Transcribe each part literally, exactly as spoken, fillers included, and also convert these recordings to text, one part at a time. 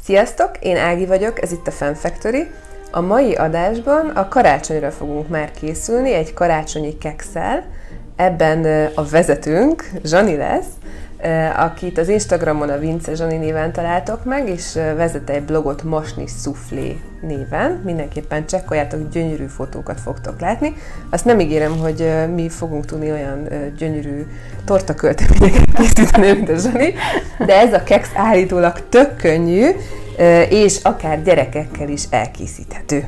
Sziasztok, én Ági vagyok, ez itt a Fan Factory. A mai adásban a karácsonyra fogunk már készülni, egy karácsonyi kekszel. Ebben a vezetőnk Zsani lesz, akit az Instagramon a Vince Zsani néven találtok meg, és vezet egy blogot Masni Soufflé néven. Mindenképpen csekkoljátok, gyönyörű fotókat fogtok látni. Azt nem ígérem, hogy mi fogunk tudni olyan gyönyörű tortakölteményeket készíteni, mint a Zsani, de ez a keksz állítólag tök könnyű, és akár gyerekekkel is elkészíthető.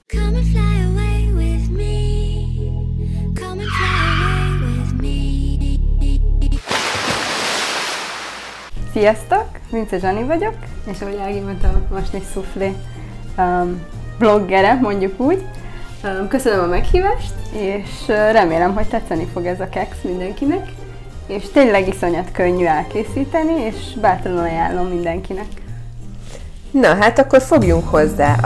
Sziasztok! Vince Zsani vagyok, és ahogy Ági mondta, a Masni Soufflé um, bloggere, mondjuk úgy. Um, köszönöm a meghívást, és uh, remélem, hogy tetszeni fog ez a keksz mindenkinek. És tényleg iszonyat könnyű elkészíteni, és bátran ajánlom mindenkinek. Na, hát akkor fogjunk hozzá!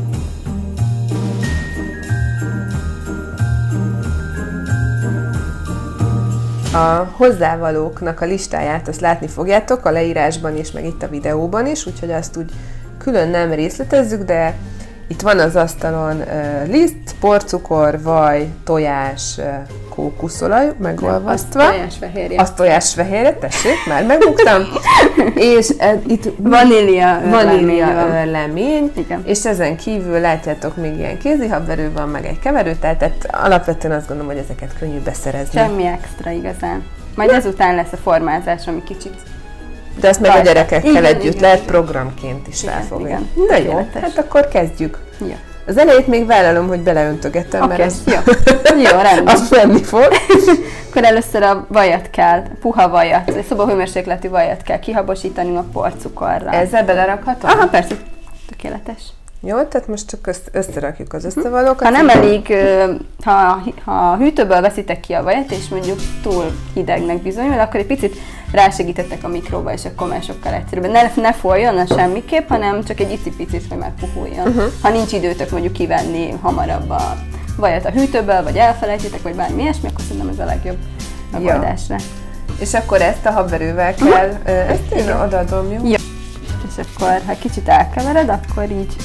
A hozzávalóknak a listáját azt látni fogjátok a leírásban és meg itt a videóban is, úgyhogy azt úgy külön nem részletezzük, de itt van az asztalon uh, liszt, porcukor, vaj, tojás, uh, kókuszolaj, megolvasztva. Az tojásfehérje. Az tojásfehérje, tessék, már megbuktam. És uh, itt vanília vanília örlemény, igen. És ezen kívül látjátok, még ilyen kézihabverő van, meg egy keverő, tehát alapvetően azt gondolom, hogy ezeket könnyű beszerezni. Semmi extra igazán. Majd ezután lesz a formázás, ami kicsit... De ezt meg a gyerekekkel igen, együtt igen, lehet igen. programként is Igen, felfogni. igen. Na jó, Tökéletes. hát akkor kezdjük. Ja. Az elejét még vállalom, hogy beleöntögetem, Okay, mert az, jó. Jó, rendben. az menni fog. Akkor először a vajat kell, puha vajat, egy szobahőmérsékletű vajat kell kihabosítani a porcukorra. Ezzel belerakhatom? Aha, persze. Tökéletes. Jó, tehát most csak össz- összerakjuk az összevalókat. Ha nem elég, ha, ha a hűtőből veszitek ki a vajat, és mondjuk túl hidegnek bizonyul, akkor egy picit rásegítettek a mikróba, és akkor már sokkal egyszerűbb. Ne, ne folyjon a semmiképp, hanem csak egy icipicit, hogy megpuhuljon. Uh-huh. Ha nincs időtök mondjuk kivenni hamarabb a vajat a hűtőből, vagy elfelejtitek, vagy bármi ilyesmi, akkor szerintem ez a legjobb megoldásra. És akkor ezt a habverővel kell, uh-huh. ezt én odaadom, jó? Jó. És akkor, ha kicsit elkevered, akkor így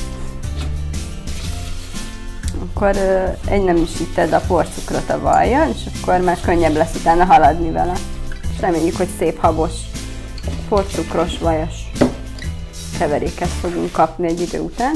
akkor uh, egy nem is hitted a porcukrot a vajjal, és akkor már könnyebb lesz utána haladni vele. És reméljük, hogy szép habos, porcukros, vajas keveréket fogunk kapni egy idő után.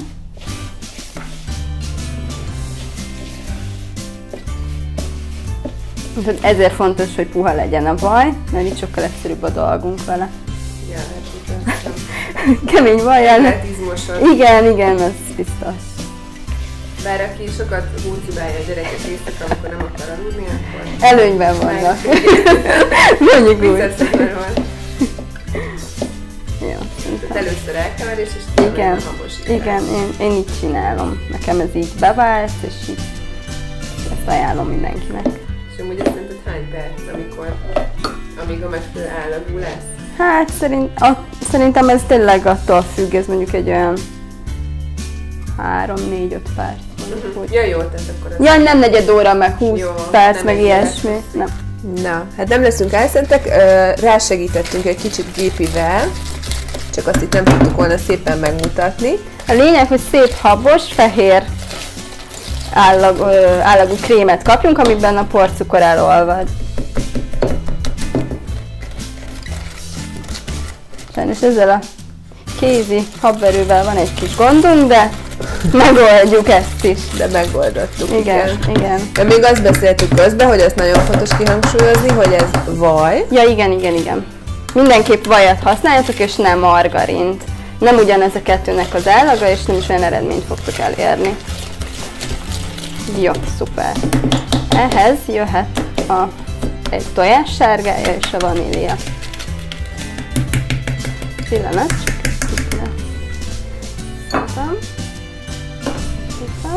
Úgyhogy ezért fontos, hogy puha legyen a vaj, mert így sokkal egyszerűbb a dolgunk vele. Ja, hát Kemény vajjal. lehet izmosan. Igen, igen, az biztos. Bár aki sokat húcibálja a gyereket éjszaka, amikor nem akar aludni, akkor... Előnyben vannak. Mondjuk úgy. Van. Jó, Tehát először elkeverés, és igen, habosítás. igen, én, én így csinálom. Nekem ez így bevált, és így ezt ajánlom mindenkinek. És amúgy azt szerinted hány perc, amikor, amíg a megfelelő állagú lesz? Hát szerint, a, szerintem ez tényleg attól függ, ez mondjuk egy olyan három négy öt perc. Uh-huh. Ja, jó, tehát akkor... Az Ja, nem negyed óra, meg húsz jó, perc, nem meg egy ilyesmi. Nem. Na, hát nem leszünk elszentek, rásegítettünk egy kicsit gépivel, csak azt itt nem tudtuk volna szépen megmutatni. A lényeg, hogy szép habos, fehér állag, ö, állagú krémet kapjunk, amiben a porcukor elolvad. Sajnos ezzel a kézi habverővel van egy kis gondunk, de megoldjuk ezt is. De megoldottuk. Igen, igen. igen. De még azt beszéltük közben, hogy ezt nagyon fontos kihangsúlyozni, hogy ez vaj. Ja, igen, igen, igen. Mindenképp vajat használjatok, és nem margarint. Nem ugyanez a kettőnek az állaga, és nem is olyan eredményt fogtok elérni. Jó, szuper. Ehhez jöhet a, egy tojássárgája és a vanília. Pillanat. Szépen. Szuper.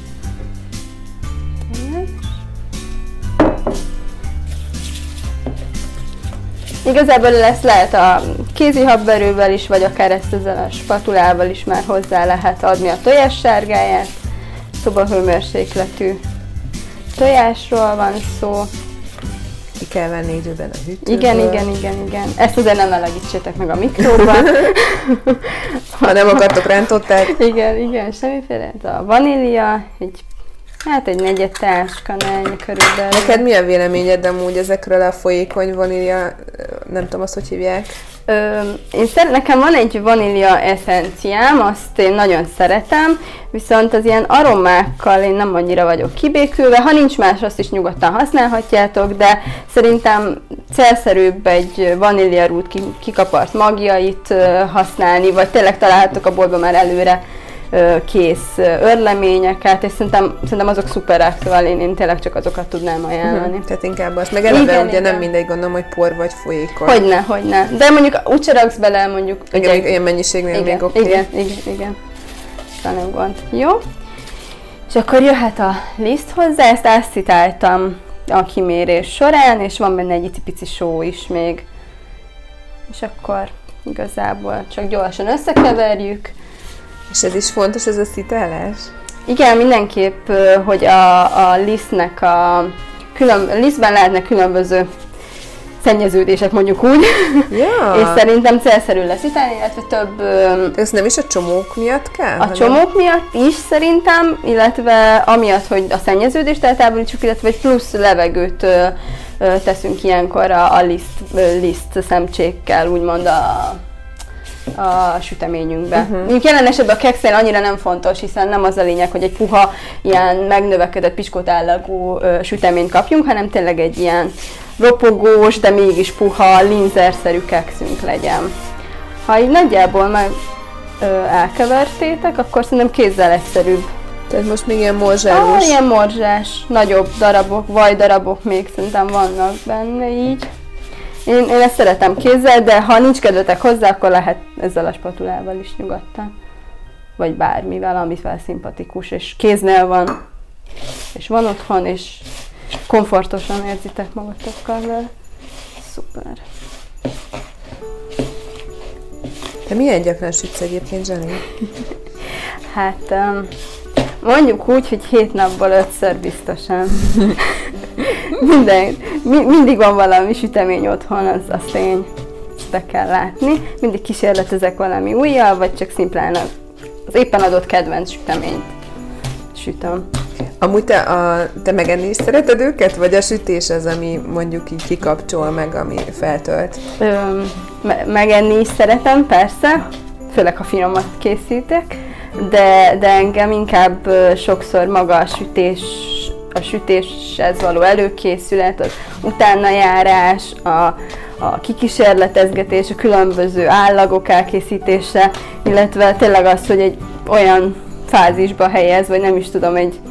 Igazából lesz lehet a kézi habverővel is, vagy akár ezt ezzel a spatulával is már hozzá lehet adni a tojássárgáját. Szobahőmérsékletű tojásról van szó. Ki kell venni időben a hűtőből. Igen, igen, igen, igen. Ezt azért nem melegítsétek meg a mikróban, Ha nem akartok rántottát. Igen, igen, semmiféle. A vanília, egy, hát egy negyed táska, ennyi körülbelül. Neked mi a véleményed amúgy ezekről a folyékony vanília, nem tudom azt, hogy hívják? Ö, én szer- nekem van egy vanília eszenciám, azt én nagyon szeretem, viszont az ilyen aromákkal én nem annyira vagyok kibékülve. Ha nincs más, azt is nyugodtan használhatjátok, de szerintem célszerűbb egy vanília rút kikapart magjait használni, vagy tényleg találhatok a boltban már előre kész örleményeket, és szerintem, szerintem azok szuperek, szóval én, én tényleg csak azokat tudnám ajánlani. Hmm, tehát inkább azt, meg eleve igen, ugye igen. nem mindegy, gondolom, hogy por vagy folyékony. Hogyne, hogyne. De mondjuk úgyse raksz bele, mondjuk... Igen, ugye, ilyen mennyiségnél igen, még oké. Igen, igen, igen. Aztán nem gond. Jó. És akkor jöhet a liszt hozzá, ezt átszitáltam a kimérés során, és van benne egy icipici só is még. És akkor igazából csak gyorsan összekeverjük. És ez is fontos, ez a szitálás? Igen, mindenképp, hogy a, a lisztnek a külön, a lisztben lehetnek különböző szennyeződések, mondjuk úgy, Ja. és szerintem célszerű leszitálni, illetve több... Ez nem is a csomók miatt kell? A hanem... csomók miatt is szerintem, illetve amiatt, hogy a szennyeződést eltávolítsuk, illetve egy plusz levegőt ö, ö, teszünk ilyenkor a, a liszt, ö, liszt szemcsékkel, úgymond a, a süteményünkbe. Uh-huh. Mondjuk jelen esetben a kekszel annyira nem fontos, hiszen nem az a lényeg, hogy egy puha, ilyen megnövekedett piskótállagú ö, süteményt kapjunk, hanem tényleg egy ilyen ropogós, de mégis puha, linzerszerű kekszünk legyen. Ha így nagyjából meg ö, elkevertétek, akkor szerintem kézzel egyszerűbb. Tehát most még ilyen morzsálós. Ah, ilyen morzsás, nagyobb darabok, vajdarabok még szerintem vannak benne így. Én, én ezt szeretem kézzel, de ha nincs kedvetek hozzá, akkor lehet ezzel a spatulával is nyugodtan. Vagy bármivel, amivel szimpatikus, és kéznél van, és van otthon, és komfortosan érzitek magatokkal vele. Szuper. Te milyen gyakran sütsz egyébként, Zsani? Hát mondjuk úgy, hogy hét napból ötször biztosan. Minden, mi, mindig van valami sütemény otthon, az, az tény. Ezt be kell látni. Mindig kísérletezek valami újjal, vagy csak szimplán az éppen adott kedvenc süteményt sütöm. Amúgy te, a, te megenni is szereted őket, vagy a sütés az, ami mondjuk így kikapcsol meg, ami feltölt? Ö, me- megenni is szeretem, persze, főleg ha finomat készítek, de, de engem inkább ö, sokszor maga a sütés, a sütéshez való előkészület, az utánajárás, a, a kikísérletezgetés, a különböző állagok elkészítése, illetve tényleg az, hogy egy olyan fázisba helyez, vagy nem is tudom, egy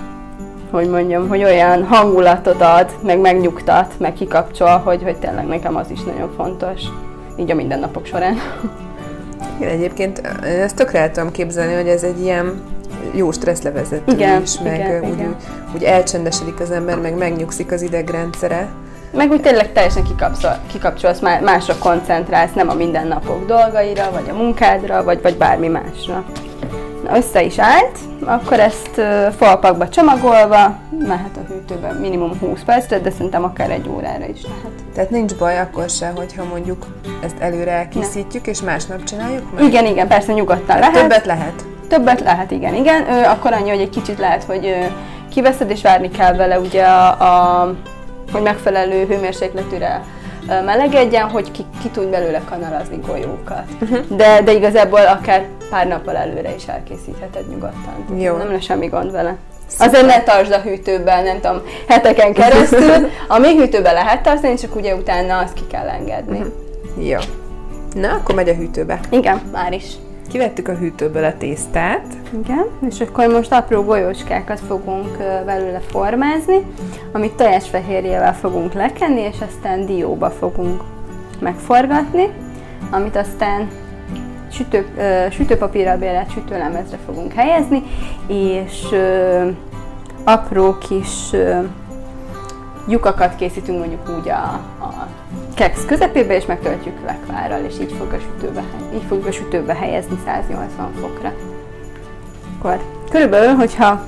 hogy mondjam, hogy olyan hangulatot ad, meg megnyugtat, meg kikapcsol, hogy, hogy tényleg nekem az is nagyon fontos, így a mindennapok során. Igen, egyébként ezt tökre el tudom képzelni, hogy ez egy ilyen jó stresszlevezető igen, is, meg igen, úgy, igen. Úgy, úgy elcsendesedik az ember, meg megnyugszik az idegrendszere. Meg úgy tényleg teljesen kikapcsol, kikapcsolsz, másra koncentrálsz, nem a mindennapok dolgaira, vagy a munkádra, vagy, vagy bármi másra. Na, össze is állt, akkor ezt uh, falpakba csomagolva, mehet a hűtőben minimum húsz percre, de szerintem akár egy órára is lehet. Tehát nincs baj akkor se, hogyha mondjuk ezt előre elkészítjük, ne. és másnap csináljuk meg? Igen, igen, persze nyugodtan lehet. Többet lehet? Többet lehet, igen, igen. Ö, akkor annyi, hogy egy kicsit lehet, hogy ö, kiveszed és várni kell vele, ugye, a, a, hogy megfelelő hőmérsékletűre melegedjen, hogy ki, ki tud belőle kanalazni golyókat. Uh-huh. De, de igazából akár pár nappal előre is elkészítheted nyugodtan. Jó. Nem lesz semmi gond vele. Szuper. Azért ne tartsd a hűtőben, nem tudom, heteken keresztül. Amíg hűtőben lehet tartani, csak ugye utána azt ki kell engedni. Uh-huh. Jó. Na, akkor megy a hűtőbe. Igen, már is. Kivettük a hűtőből a tésztát. Igen, és akkor most apró golyócskákat fogunk belőle formázni, amit tojásfehérjével fogunk lekenni, és aztán dióba fogunk megforgatni, amit aztán sütő, sütőpapírral bélelt sütőlemezre fogunk helyezni, és ö, apró kis ö, lyukakat készítünk mondjuk úgy a, a keksz közepébe, és megtöltjük lekvárral, és így fog a sütőbe, így fogjuk a sütőbe helyezni száznyolcvan fokra. Akkor körülbelül, hogyha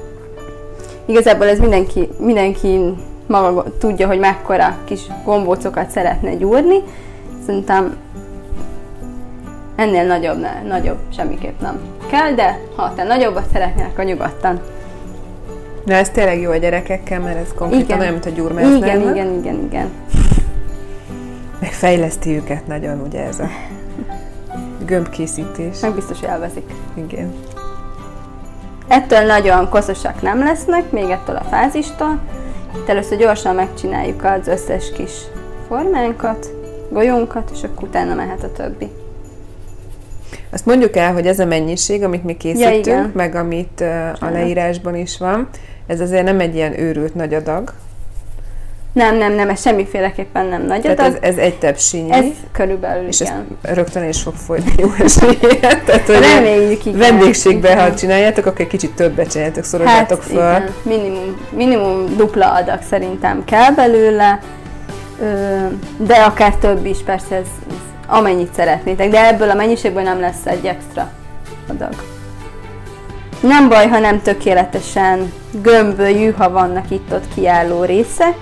igazából ez mindenki, mindenki maga tudja, hogy mekkora kis gombócokat szeretne gyúrni, szerintem Ennél nagyobb, ne, nagyobb semmiképp nem kell, de ha te nagyobbat szeretnél, akkor nyugodtan. Na ez tényleg jó a gyerekekkel, mert ez konkrétan olyan, mint a gyurmásznál. Igen, igen, igen, igen. Meg fejleszti őket nagyon, ugye ez a gömbkészítés. Meg biztos élvezik. Igen. Ettől nagyon koszosak nem lesznek, még ettől a fázistól. Itt először gyorsan megcsináljuk az összes kis formánkat, golyónkat, és akkor utána mehet a többi. Azt mondjuk el, hogy ez a mennyiség, amit mi készítünk, ja, meg amit uh, a leírásban is van, ez azért nem egy ilyen őrült nagy adag. Nem, nem, nem, ez semmiféleképpen nem nagy tehát adag. Ez, ez egy tepsinyi. Ez körülbelül, és igen. És rögtön is fog folyni jó eséllyel. Tehát, hogy reméljük, igen. Vendégségben, ha csináljátok, akkor egy kicsit többet csináljátok, szorozzátok hát, föl. Igen. Minimum, minimum dupla adag szerintem kell belőle, de akár több is, persze ez, ez amennyit szeretnétek, de ebből a mennyiségből nem lesz egy extra adag. Nem baj, ha nem tökéletesen gömbölyű, ha vannak itt-ott kiálló részek.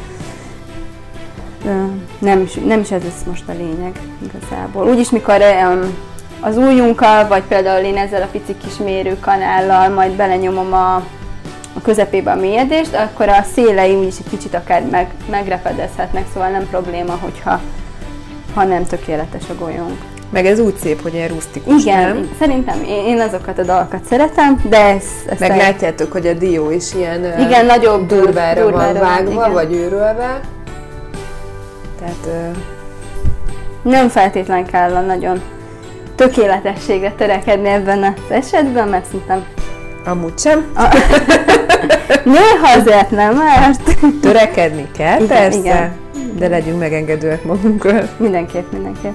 Nem is, nem is ez lesz most a lényeg igazából. Úgyis mikor az ujjunkkal, vagy például én ezzel a pici kis mérőkanállal majd belenyomom a, a közepébe a mélyedést, akkor a szélei úgyis egy kicsit akár meg, megrepedezhetnek, szóval nem probléma, hogyha ha nem tökéletes a golyónk. Meg ez úgy szép, hogy ilyen rusztikus, igen, nem? Szerintem én, én azokat a dalokat szeretem, de ez... ez meg látjátok, hogy a dió is ilyen igen, nagyobb durvára, durvára van vágva, igen. vagy őrölve. Tehát... Uh... Nem feltétlen kell a nagyon tökéletességre törekedni ebben az esetben, mert szerintem... Amúgy sem. A... Néha azért nem, mert... Törekedni kell, igen, persze, igen. De legyünk megengedőek magunkkal. Mindenképp, mindenképp.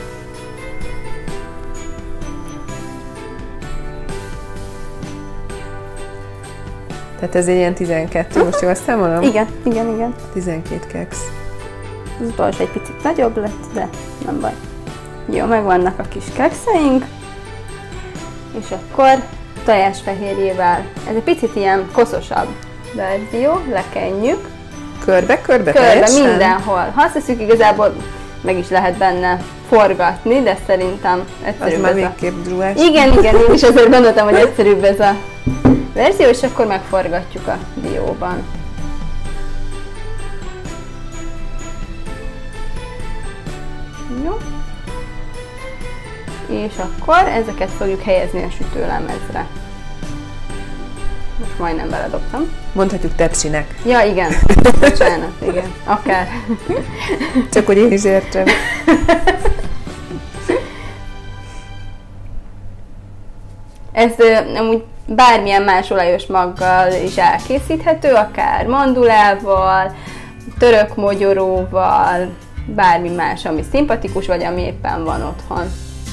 Tehát ez egy ilyen tizenkettő, most jól számolom? Igen, igen, igen. tizenkét keksz. Az utolsó egy picit nagyobb lett, de nem baj. Jó, megvannak a kis kekszeink. És akkor tojásfehérjével, ez egy picit ilyen koszosabb verzió, lekenjük. Körbe, körbe, Körbe, teljesen? Mindenhol. Ha azt hiszük, igazából meg is lehet benne forgatni, de szerintem egyszerűbb. Az már végképp drúás. Igen, igen, én is azért gondoltam, hogy egyszerűbb ez a verzió, és akkor megforgatjuk a dióban. Jó. És akkor ezeket fogjuk helyezni a sütőlemezre. Most majdnem beledobtam. Mondhatjuk tepsinek. Ja, igen. Bocsánat, igen. Akár. Csak hogy én is értem. Ez amúgy bármilyen más olajos maggal is elkészíthető, akár mandulával, török mogyoróval, bármi más, ami szimpatikus, vagy ami éppen van otthon.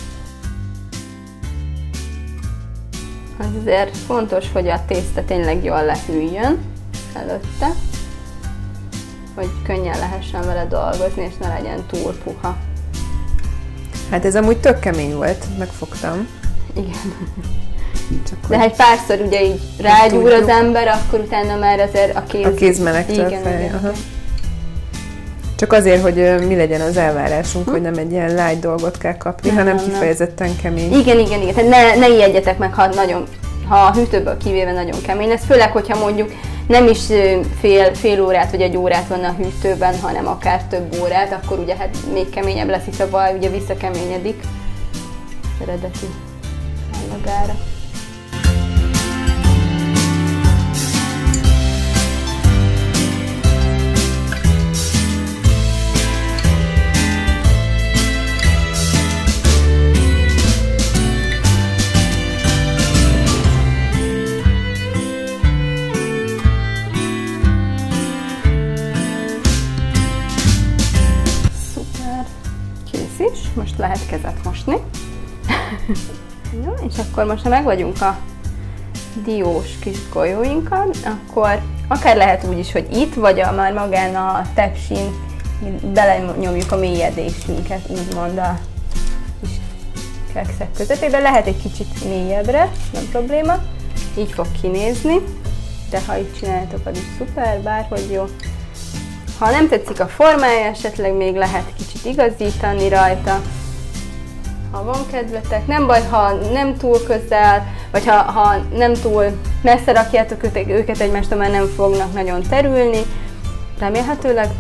Az azért fontos, hogy a tészta tényleg jól lehűljön előtte, hogy könnyen lehessen vele dolgozni, és ne legyen túl puha. Hát ez amúgy tök kemény volt, megfogtam. Igen. Csak de ha egy párszor ugye így rágyúr az ember, akkor utána már azért a kéz... A kéz melegtől fel. Aha. Csak azért, hogy mi legyen az elvárásunk, hm? hogy nem egy ilyen light dolgot kell kapni, nem, hanem nem, kifejezetten nem. kemény. Igen, igen, igen. Tehát ne, ne ijedjetek meg, ha, nagyon, ha a hűtőből kivéve nagyon kemény lesz. Főleg, hogyha mondjuk nem is fél, fél órát vagy egy órát van a hűtőben, hanem akár több órát, akkor ugye hát még keményebb lesz, hisz a vaj ugye visszakeményedik eredeti állagára. Most lehet kezet mosni. Jó, és akkor most, ha meg vagyunk a diós kis golyóinkkal, akkor akár lehet úgy is, hogy itt, vagy a, már magán a tepsin belenyomjuk a mélyedésünket, úgymond a kis kekszek közepébe. Lehet egy kicsit mélyebbre, nem probléma. Így fog kinézni, de ha így csináljátok, az is szuper, bárhogy jó. Ha nem tetszik a formája, esetleg még lehet kicsit igazítani rajta. ha van kedvetek. Nem baj, ha nem túl közel, vagy ha, ha nem túl messze rakjátok őket egymástól, mert nem fognak nagyon terülni. Remélhetőleg.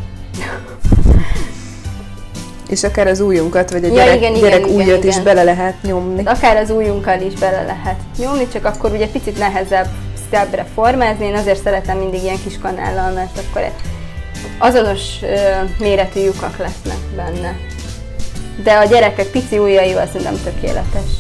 És akár az ujjunkat, vagy a ja, gyerek, igen, gyerek igen, ujjat igen, is igen. bele lehet nyomni. Akár az ujjunkkal is bele lehet nyomni, csak akkor ugye picit nehezebb szebbre formázni. Én azért szeretem mindig ilyen kis kanállal, mert akkor azonos ö, méretű lyukak lesznek benne. De a gyerekek pici ujjaival szerintem tökéletes.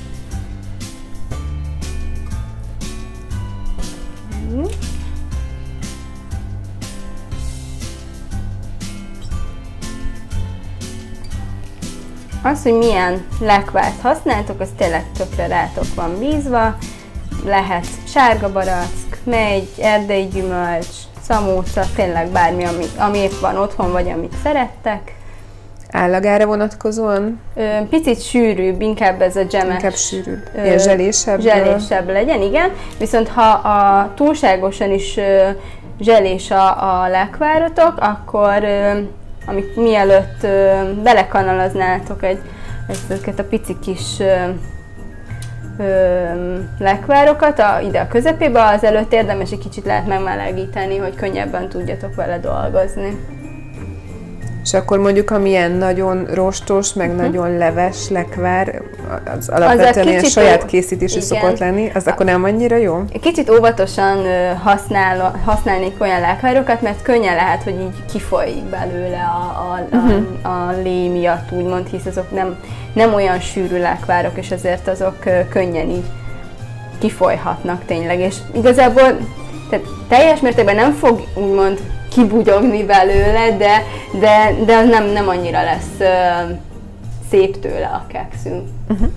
Az, hogy milyen lekvárt használtok, az tényleg tökre rátok van bízva. Lehet sárga barack, megy, erdei gyümölcs, szamóca, tényleg bármi, ami, ami épp van otthon, vagy amit szerettek. Állagára vonatkozóan? Ö, picit sűrűbb, inkább ez a dzsemes. Inkább sűrűbb. Ilyen zselésebb? Zselésebb legyen, igen. Viszont ha a túlságosan is ö, zselés a, a lekváratok, akkor ö, amit mielőtt ö, belekanalaznátok egy, ezeket a pici kis ö, ö, lekvárokat a, ide a közepébe, az előtt érdemes egy kicsit lehet megmelegíteni, hogy könnyebben tudjatok vele dolgozni. És akkor mondjuk, amilyen nagyon rostos, meg uh-huh. nagyon leves lekvár, az alapvetően ilyen saját készítésű szokott lenni, az akkor nem annyira jó? Kicsit óvatosan használ, használnék olyan lekvárokat, mert könnyen lehet, hogy így kifolyik belőle a, a, uh-huh. a, a lé miatt, úgymond, hisz azok nem, nem olyan sűrű lekvárok, és azért azok könnyen így kifolyhatnak tényleg. És igazából tehát teljes mértékben nem fog úgymond kibugyogni belőle, de, de, de az nem, nem annyira lesz uh, szép tőle a kekszünk. Uh-huh.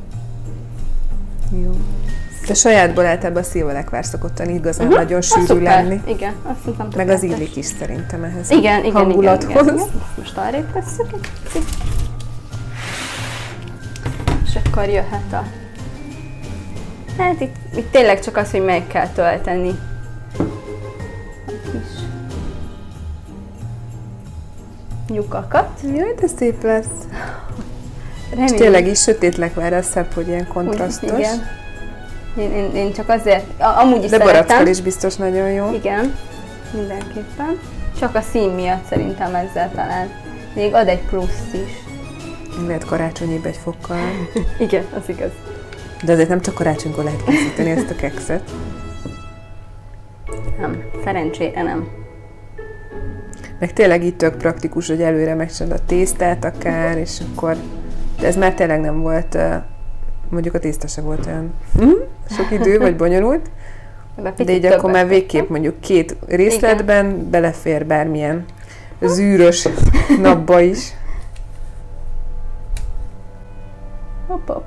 Jó. De sajátból általában a szilvalekvár szokott igazán uh-huh. nagyon sűrű lenni. Igen, azt mondtam. Meg az illik is szerintem ehhez igen, a igen, hangulathoz. Igen, igen, igen. Most arrébb tesszük egy picit. És akkor jöhet a... Hát itt, itt tényleg csak az, hogy meg kell tölteni. Lyukakat. Jaj, de szép lesz. Remélem. És tényleg is sötét lekvár, az szebb, hogy ilyen kontrasztos. Igen. Én, én, én csak azért, amúgy is de szeretem. De barackol is biztos nagyon jó. Igen, mindenképpen. Csak a szín miatt szerintem ezzel talán még ad egy pluszt is. Lehet karácsonyébb egy fokkal. Igen, az igaz. De azért nem csak karácsonykor lehet készíteni ezt a kekszet. Nem, szerencsére nem. Meg tényleg itt tök praktikus, hogy előre megcsinálod a tésztát akár, és akkor... De ez már tényleg nem volt, mondjuk a tészta se volt olyan sok idő, vagy bonyolult. De így akkor már végképp mondjuk két részletben igen. belefér bármilyen zűrös napba is. Hopp, hopp.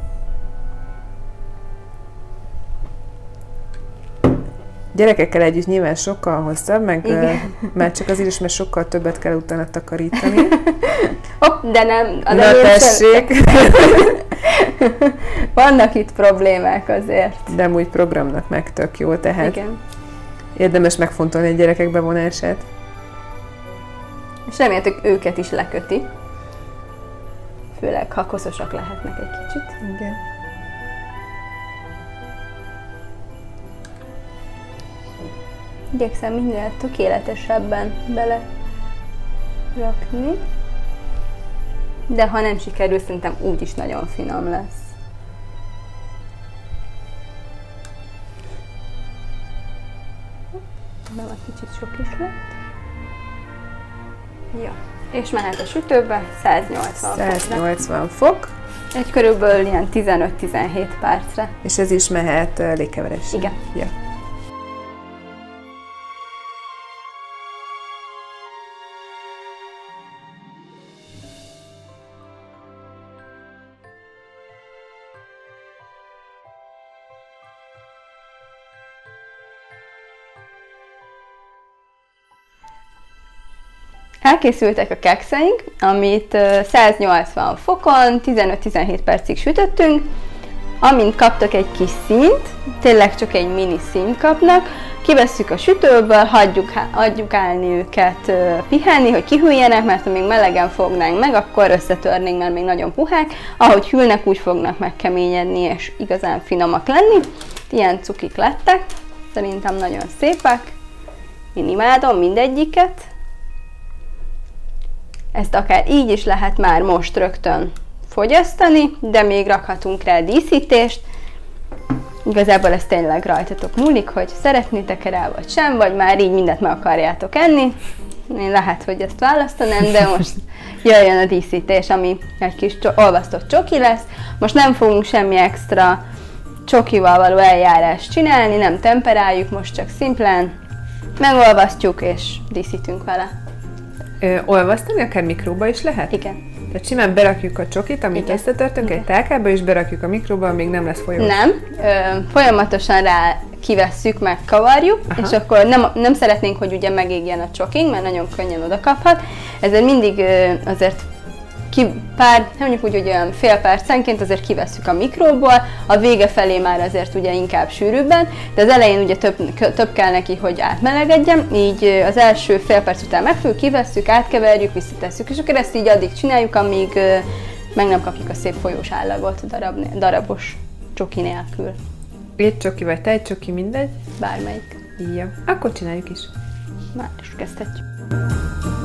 Gyerekekkel együtt nyilván sokkal hosszabb, meg uh, már csak azért is, mert sokkal többet kell utána takarítani. Hopp, de nem. Na tessék! Vannak itt problémák azért. De amúgy programnak meg tök jó, tehát igen. érdemes megfontolni egy gyerekek bevonását. És remélhetőleg őket is leköti. Főleg, ha koszosak lehetnek egy kicsit. Igen. Igyekszem minél tökéletesebben bele rakni, de ha nem sikerül, szerintem úgyis nagyon finom lesz. Nem, egy kicsit sok is lett. Ja. És mehet a sütőbe száznyolcvan, száznyolcvan fok. Egy körülbelül ilyen tizenöt-tizenhét percre. És ez is mehet uh, légkeveres. Igen. Ja. Elkészültek a kekszeink, amit száznyolcvan fokon tizenöt-tizenhét percig sütöttünk. amint kaptak egy kis színt, tényleg csak egy mini színt kapnak, kivesszük a sütőből, hagyjuk, hagyjuk állni őket pihenni, hogy kihűljenek, mert ha még melegen fognánk meg, akkor összetörnénk, mert még nagyon puhák. Ahogy hűlnek, úgy fognak megkeményedni, és igazán finomak lenni. Ilyen cukik lettek, szerintem nagyon szépek. Én imádom mindegyiket. Ezt akár így is lehet már most rögtön fogyasztani, de még rakhatunk rá díszítést. Igazából ez tényleg rajtatok múlik, hogy szeretnétek-e rá vagy sem, vagy már így mindent meg akarjátok enni. Én lehet, hogy ezt választanám, de most jöjjön a díszítés, ami egy kis olvasztott csoki lesz. Most nem fogunk semmi extra csokival való eljárást csinálni, nem temperáljuk, most csak szimplán megolvasztjuk és díszítünk vele. Ö, olvasztani akár mikróba is lehet? Igen. Tehát simán berakjuk a csokit, amit Igen. összetörtünk Igen. egy tálkába, és berakjuk a mikróba, amíg nem lesz folyó. Nem, ö, folyamatosan rá kivesszük, megkavarjuk, Aha. és akkor nem, nem szeretnénk, hogy ugye megégjen a csokink, mert nagyon könnyen oda kaphat, ezért mindig ö, azért ki, pár, mondjuk úgy, hogy olyan fél percenként azért kivesszük a mikróból, a vége felé már azért ugye inkább sűrűbben, de az elején ugye több, több kell neki, hogy átmelegedjen, így az első fél perc után megfül, kivesszük, átkeverjük, visszatesszük, és akkor ezt így addig csináljuk, amíg meg nem kapjuk a szép folyós állagot darab, darabos csoki nélkül. Egy csoki vagy tej csoki, mindegy? Bármelyik. Ja, akkor csináljuk is. Már is kezdhetjük.